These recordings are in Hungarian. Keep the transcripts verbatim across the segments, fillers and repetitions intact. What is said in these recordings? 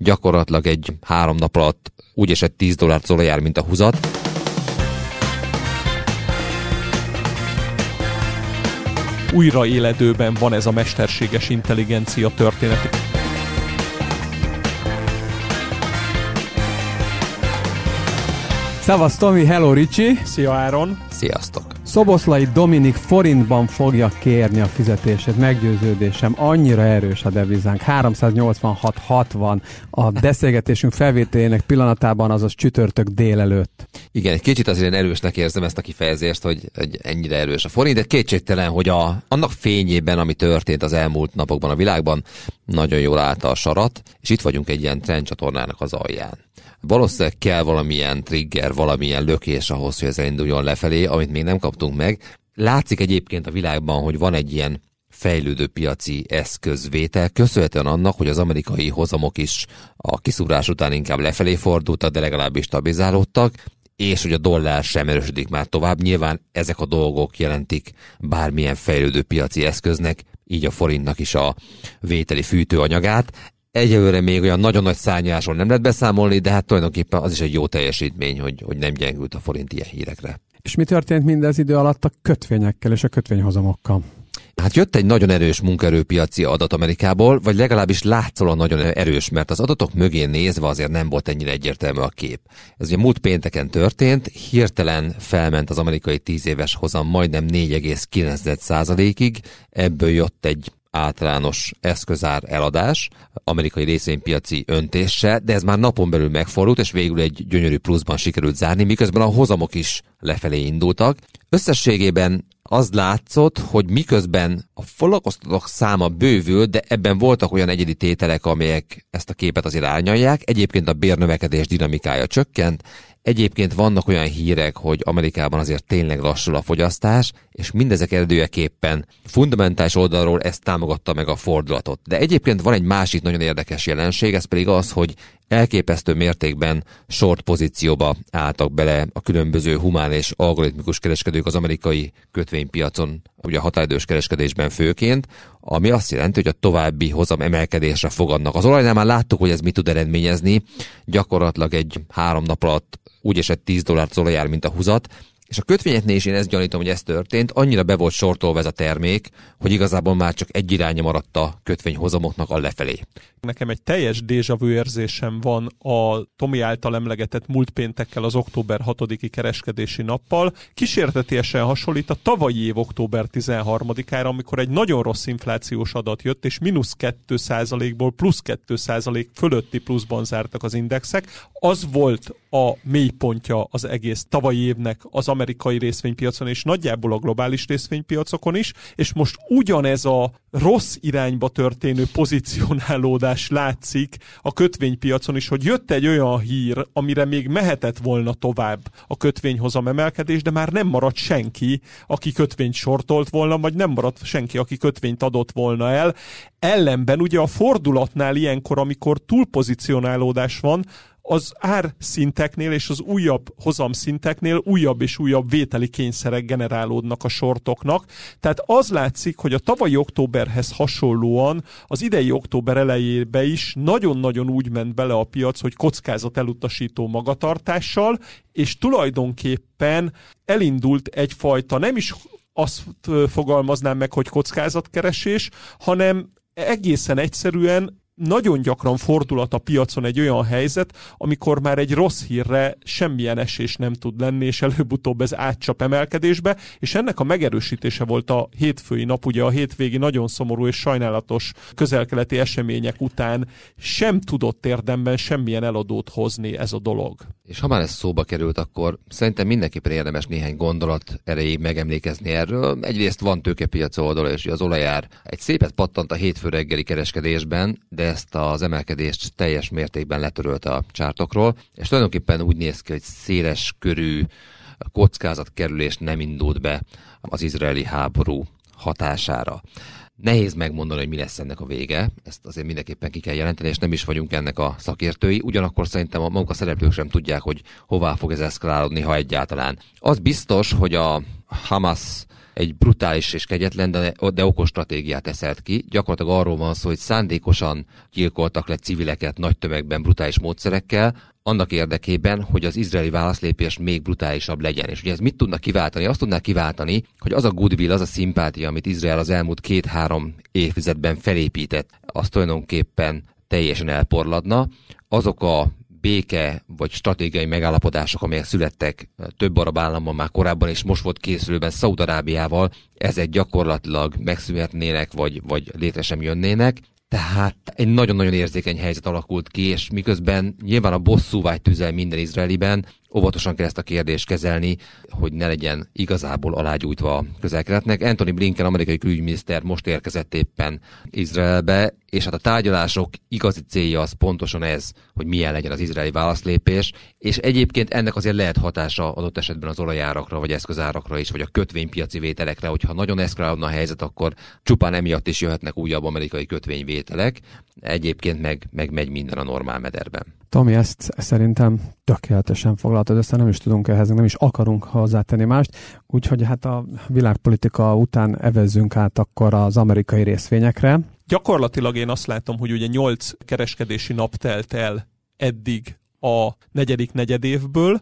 gyakorlatilag egy három nap alatt úgy esett tíz dollárt az olajár, mint a húzat. Újra éledőben van ez a mesterséges intelligencia történet. Szevasz Tomi, hello Ricsi! Szia Áron! Sziasztok! Szoboszlai Dominik forintban fogja kérni a fizetését, meggyőződésem, annyira erős a devizánk. háromszáznyolcvanhat hatvan a beszélgetésünk felvételének pillanatában, azaz csütörtök délelőtt. Igen, egy kicsit azért én erősnek érzem ezt a kifejezést, hogy, hogy ennyire erős a forint, de kétségtelen, hogy a, annak fényében, ami történt az elmúlt napokban a világban, nagyon jól állta a sarat, és itt vagyunk egy ilyen trendcsatornának az alján. Valószínűleg kell valamilyen trigger, valamilyen lökés ahhoz, hogy ez elinduljon lefelé, amit még nem kaptunk meg. Látszik egyébként a világban, hogy van egy ilyen fejlődő piaci eszközvétel, köszönhetően annak, hogy az amerikai hozamok is a kiszúrás után inkább lefelé fordultak, de legalábbis stabilizálódtak, és hogy a dollár sem erősödik már tovább. Nyilván ezek a dolgok jelentik bármilyen fejlődő piaci eszköznek, így a forintnak is a vételi fűtőanyagát. Egyelőre még olyan nagyon nagy szárnyásról nem lehet beszámolni, de hát tulajdonképpen az is egy jó teljesítmény, hogy, hogy nem gyengült a forint ilyen hírekre. És mi történt mindez idő alatt a kötvényekkel és a kötvényhozamokkal? Hát jött egy nagyon erős munkaerőpiaci adat Amerikából, vagy legalábbis látszólag nagyon erős, mert az adatok mögé nézve azért nem volt ennyire egyértelmű a kép. Ez ugye múlt pénteken történt, hirtelen felment az amerikai tíz éves hozam majdnem négy egész kilenc százalékig, ebből jött egy általános eszközár eladás, amerikai részvénypiaci öntéssel, de ez már napon belül megfordult, és végül egy gyönyörű pluszban sikerült zárni, miközben a hozamok is lefelé indultak. Összességében az látszott, hogy miközben a foglalkoztatók száma bővül, de ebben voltak olyan egyedi tételek, amelyek ezt a képet azért árnyalják. Egyébként a bérnövekedés dinamikája csökkent, egyébként vannak olyan hírek, hogy Amerikában azért tényleg lassul a fogyasztás, és mindezek eredőjeképpen fundamentális oldalról ezt támogatta meg a fordulatot. De egyébként van egy másik nagyon érdekes jelenség, ez pedig az, hogy elképesztő mértékben short pozícióba álltak bele a különböző humán és algoritmikus kereskedők az amerikai kötvénypiacon, ugye a határidős kereskedésben főként, ami azt jelenti, hogy a további hozam emelkedésre fogadnak. Az olajnál már láttuk, hogy ez mit tud eredményezni, gyakorlatilag egy három nap alatt úgy esett tíz dollárt az olajár, mint a húzat, és a kötvényeknél is én ezt gyanítom, hogy ez történt, annyira be volt sortolva ez a termék, hogy igazából már csak egy irányja maradt a kötvényhozamoknak a lefelé. Nekem egy teljes déjà vu érzésem van a Tomi által emlegetett múlt péntekkel, az október hatodiki kereskedési nappal. Kísértetiesen hasonlít a tavalyi év október tizenharmadikára, amikor egy nagyon rossz inflációs adat jött, és mínusz kettő százalékból plusz kettő százalék fölötti pluszban zártak az indexek. Az volt a mélypontja az egész tavalyi évnek az amerikai részvénypiacon, és nagyjából a globális részvénypiacokon is, és most ugyanez a rossz irányba történő pozícionálódás látszik a kötvénypiacon is, hogy jött egy olyan hír, amire még mehetett volna tovább a kötvényhozam emelkedés, de már nem maradt senki, aki kötvényt sortolt volna, vagy nem maradt senki, aki kötvényt adott volna el. Ellenben ugye a fordulatnál ilyenkor, amikor túlpozicionálódás van, az árszinteknél és az újabb hozamszinteknél újabb és újabb vételi kényszerek generálódnak a sortoknak. Tehát az látszik, hogy a tavalyi októberhez hasonlóan az idei október elejébe is nagyon-nagyon úgy ment bele a piac, hogy kockázat elutasító magatartással, és tulajdonképpen elindult egyfajta, nem is azt fogalmaznám meg, hogy kockázatkeresés, hanem egészen egyszerűen nagyon gyakran fordulat a piacon egy olyan helyzet, amikor már egy rossz hírre semmilyen esés nem tud lenni, és előbb-utóbb ez átcsap emelkedésbe, és ennek a megerősítése volt a hétfői nap, ugye a hétvégi nagyon szomorú és sajnálatos közel-keleti események után sem tudott érdemben semmilyen eladót hozni ez a dolog. És ha már ez szóba került, akkor szerintem mindenképpen érdemes néhány gondolat erejéig megemlékezni erről. Egyrészt van tőkepiac oldala, és az olajár egy szépet pattant a hétfő reggeli kereskedésben, de ezt az emelkedést teljes mértékben letörölte a csártokról, és tulajdonképpen úgy néz ki, hogy széles körű kockázatkerülés nem indult be az izraeli háború hatására. Nehéz megmondani, hogy mi lesz ennek a vége, ezt azért mindenképpen ki kell jelenteni, és nem is vagyunk ennek a szakértői, ugyanakkor szerintem a maguk a szereplők sem tudják, hogy hová fog ez eszkalálódni, ha egyáltalán. Az biztos, hogy a Hamas egy brutális és kegyetlen, de, de okos stratégiát eszelt ki. Gyakorlatilag arról van szó, hogy szándékosan gyilkoltak le civileket nagy tömegben brutális módszerekkel, annak érdekében, hogy az izraeli válaszlépés még brutálisabb legyen. És ugye ez mit tudnak kiváltani? Azt tudnak kiváltani, hogy az a goodwill, az a szimpátia, amit Izrael az elmúlt két-három évtizedben felépített, az tulajdonképpen teljesen elporladna. Azok a béke vagy stratégiai megállapodások, amelyek születtek több arab államban már korábban, és most volt készülőben Szaúd-Arábiával, ezek gyakorlatilag megszűnhetnének, vagy, vagy létre sem jönnének. Tehát egy nagyon-nagyon érzékeny helyzet alakult ki, és miközben nyilván a bosszúvágy tüzel minden izraeliben, óvatosan kell ezt a kérdést kezelni, hogy ne legyen igazából alágyújtva a közel-keletnek. Anthony Blinken, amerikai külügyminiszter most érkezett éppen Izraelbe, és hát a tárgyalások igazi célja az pontosan ez, hogy milyen legyen az izraeli válaszlépés, és egyébként ennek azért lehet hatása adott esetben az olajárakra, vagy eszközárakra is, vagy a kötvénypiaci vételekre, hogyha nagyon eszkalálódna a helyzet, akkor csupán emiatt is jöhetnek újabb amerikai kötvényvételek, egyébként meg, meg megy minden a normál mederben. Tomi, ezt szerintem tökéletesen foglaltad össze, nem is tudunk ehhez, nem is akarunk hozzátenni mást, úgyhogy hát a világpolitika után evezzünk át akkor az amerikai részvényekre. Gyakorlatilag én azt látom, hogy ugye nyolc kereskedési nap telt el eddig a negyedik negyedévből,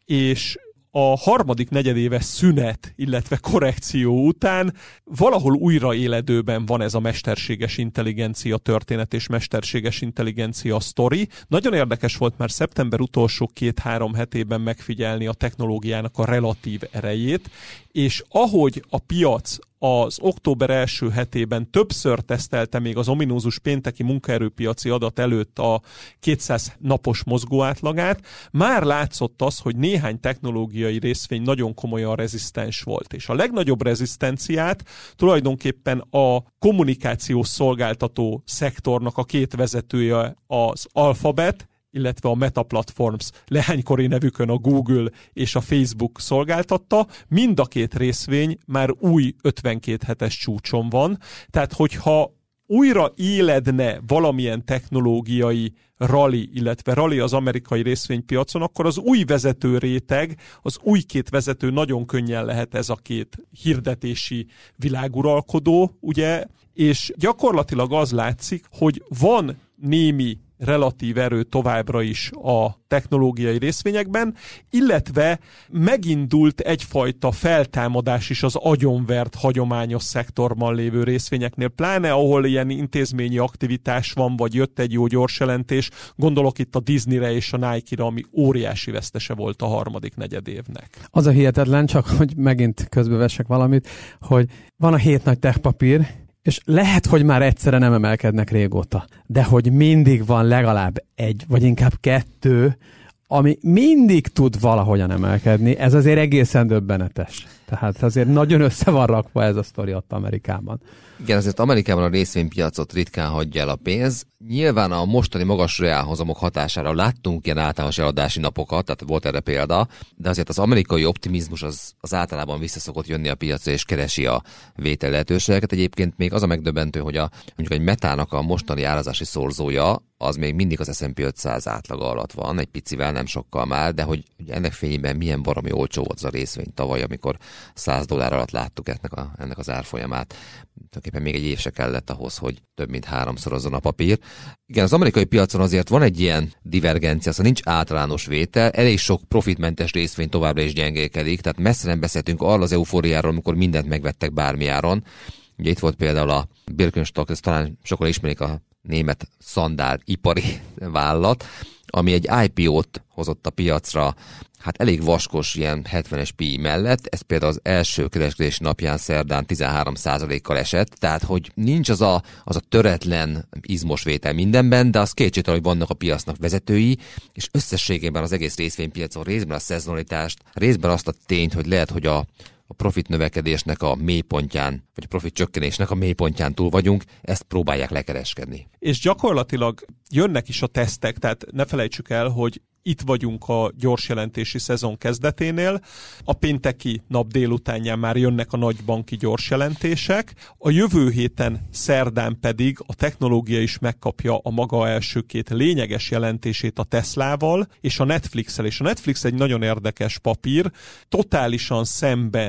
és a harmadik negyedéves szünet, illetve korrekció után valahol újra éledőben van ez a mesterséges intelligencia történet és mesterséges intelligencia sztori. Nagyon érdekes volt már szeptember utolsó két-három hetében megfigyelni a technológiának a relatív erejét, és ahogy a piac az október első hetében többször tesztelte még az ominózus pénteki munkaerőpiaci adat előtt a kétszáz napos mozgóátlagát, már látszott az, hogy néhány technológiai részvény nagyon komolyan rezisztens volt. És a legnagyobb rezisztenciát tulajdonképpen a kommunikációs szolgáltató szektornak a két vezetője, az Alphabet, illetve a Meta Platforms leánykori nevükön a Google és a Facebook szolgáltatta. Mind a két részvény már új ötvenkét hetes csúcson van. Tehát, hogyha újra éledne valamilyen technológiai rally, illetve rally az amerikai részvénypiacon, akkor az új vezető réteg, az új két vezető nagyon könnyen lehet ez a két hirdetési világuralkodó, ugye, és gyakorlatilag az látszik, hogy van némi relatív erő továbbra is a technológiai részvényekben, illetve megindult egyfajta feltámadás is az agyonvert hagyományos szektorban lévő részvényeknél, pláne ahol ilyen intézményi aktivitás van, vagy jött egy jó gyors jelentés, gondolok itt a Disneyre és a Nike-ra, ami óriási vesztese volt a harmadik negyedévnek. Az a hihetetlen, csak hogy megint közbevessek valamit, hogy van a hét nagy techpapír, és lehet, hogy már egyszerre nem emelkednek régóta, de hogy mindig van legalább egy, vagy inkább kettő, ami mindig tud valahogyan emelkedni, ez azért egészen döbbenetes. Tehát azért nagyon össze van rakva ez a sztori ott Amerikában. Igen, azért Amerikában a részvénypiacot ritkán hagyja el a pénz. Nyilván a mostani magas reálhozamok hatására láttunk ilyen általános eladási napokat, tehát volt erre példa, de azért az amerikai optimizmus az, az általában visszaszokott jönni a piacra és keresi a vétel lehetőségeket. Egyébként még az a megdöbbentő, hogy a, mondjuk egy Metának a mostani árazási szorzója az még mindig az es and pé ötszáz átlaga alatt van, egy picivel, nem sokkal már, de hogy, hogy ennek fényében milyen baromi olcsó volt az a részvény tavaly, amikor száz dollár alatt láttuk ennek, a, ennek az árfolyamát. Tulajdonképpen még egy év se kellett ahhoz, hogy több mint háromszorozzon a papír. Igen, az amerikai piacon azért van egy ilyen divergencia, szóval nincs általános vétel, elég sok profitmentes részvény továbbra is gyengélkedik, tehát messze nem beszéltünk arról az eufóriáról, amikor mindent megvettek bármi áron. Ugye itt volt például a Birkenstock, ezt talán sokan ismerik, a német szandál ipari vállalat, ami egy i pé ó-t hozott a piacra, hát elég vaskos, ilyen hetvenes pé i mellett, ez például az első kereskedési napján szerdán tizenhárom százalékkal esett, tehát hogy nincs az a, az a töretlen izmos vétel mindenben, de az kétségtelen, hogy vannak a piacnak vezetői, és összességében az egész részvénypiacon részben a szezonalitást, részben azt a tényt, hogy lehet, hogy a a profit növekedésnek a mélypontján, vagy a profit csökkenésnek a mélypontján túl vagyunk, ezt próbálják lekereskedni. És gyakorlatilag jönnek is a tesztek, tehát ne felejtsük el, hogy itt vagyunk a gyors jelentési szezon kezdeténél. A pénteki nap délutánján már jönnek a nagybanki gyors jelentések. A jövő héten szerdán pedig a technológia is megkapja a maga első két lényeges jelentését a Teslával és a Netflix-el. És a Netflix egy nagyon érdekes papír, totálisan szemben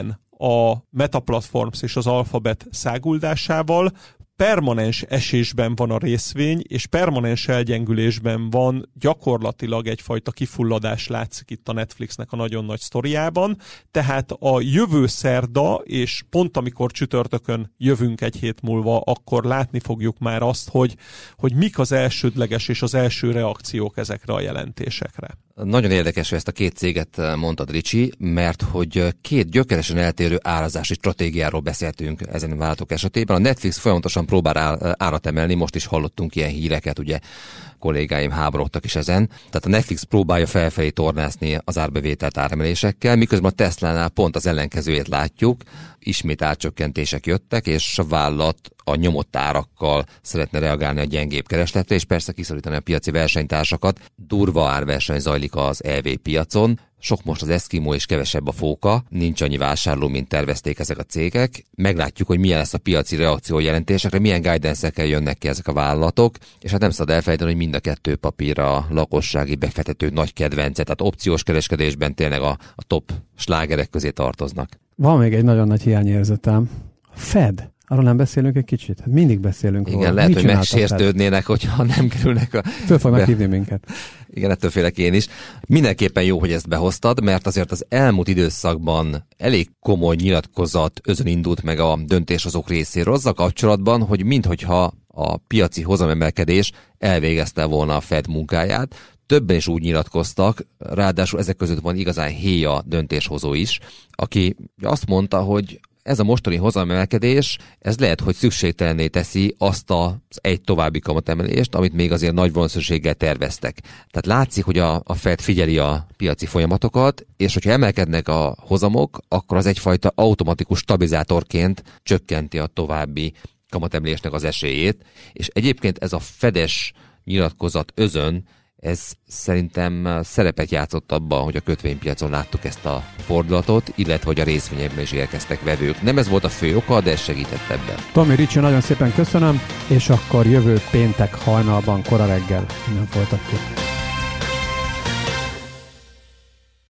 a Meta Platforms és az Alphabet száguldásával permanens esésben van a részvény, és permanens elgyengülésben van, gyakorlatilag egyfajta kifulladás látszik itt a Netflixnek a nagyon nagy sztoriában, tehát a jövő szerda, és pont amikor csütörtökön jövünk egy hét múlva, akkor látni fogjuk már azt, hogy, hogy mik az elsődleges és az első reakciók ezekre a jelentésekre. Nagyon érdekes, hogy ezt a két céget mondtad, Ricsi, mert hogy két gyökeresen eltérő árazási stratégiáról beszéltünk ezen a vállalatok esetében. A Netflix folyamatosan próbál árat emelni, most is hallottunk ilyen híreket, ugye kollégáim háborodtak is ezen. Tehát a Netflix próbálja felfelé tornászni az árbevételt áremelésekkel, miközben a Teslánál pont az ellenkezőjét látjuk. Ismét árcsökkentések jöttek, és a vállalat a nyomott árakkal szeretne reagálni a gyengébb keresletre, és persze kiszorítani a piaci versenytársakat. Durva árverseny zajlik az é vé piacon. Sok most az eszkimó és kevesebb a fóka, nincs annyi vásárló, mint tervezték ezek a cégek. Meglátjuk, hogy milyen lesz a piaci reakció jelentésekre, milyen guidance-ekkel jönnek ki ezek a vállalatok, és hát nem szabad elfelejteni, hogy mind a kettő papír a lakossági befektetők nagy kedvence, tehát opciós kereskedésben tényleg a, a top slágerek közé tartoznak. Van még egy nagyon nagy hiányérzetem. Fed. Arról nem beszélünk egy kicsit? Hát mindig beszélünk Igen, róla. lehet, Mit hogy megsértődnének, hogyha nem kerülnek a... Föl fognak hívni minket. Igen, ettől félek én is. Mindenképpen jó, hogy ezt behoztad, mert azért az elmúlt időszakban elég komoly nyilatkozat özön indult meg a döntéshozók részéről azzal kapcsolatban, hogy minthogyha a piaci hozamemelkedés elvégezte volna a Fed munkáját. Többen is úgy nyilatkoztak, ráadásul ezek között van igazán héja döntéshozó is, aki azt mondta, hogy ez a mostani hozamemelkedés, ez lehet, hogy szükségtelenné teszi azt az egy további kamatemelést, amit még azért nagy valószínűséggel terveztek. Tehát látszik, hogy a, a Fed figyeli a piaci folyamatokat, és hogyha emelkednek a hozamok, akkor az egyfajta automatikus stabilizátorként csökkenti a további kamatemelésnek az esélyét. És egyébként ez a Fedes nyilatkozat özön, ez szerintem szerepet játszott abban, hogy a kötvénypiacon láttuk ezt a fordulatot, illetve hogy a részvényekben is érkeztek vevők. Nem ez volt a fő oka, de ez segített ebben. Tomi, Ricsi, nagyon szépen köszönöm, és akkor jövő péntek hajnalban, kora reggel innen folytatjuk.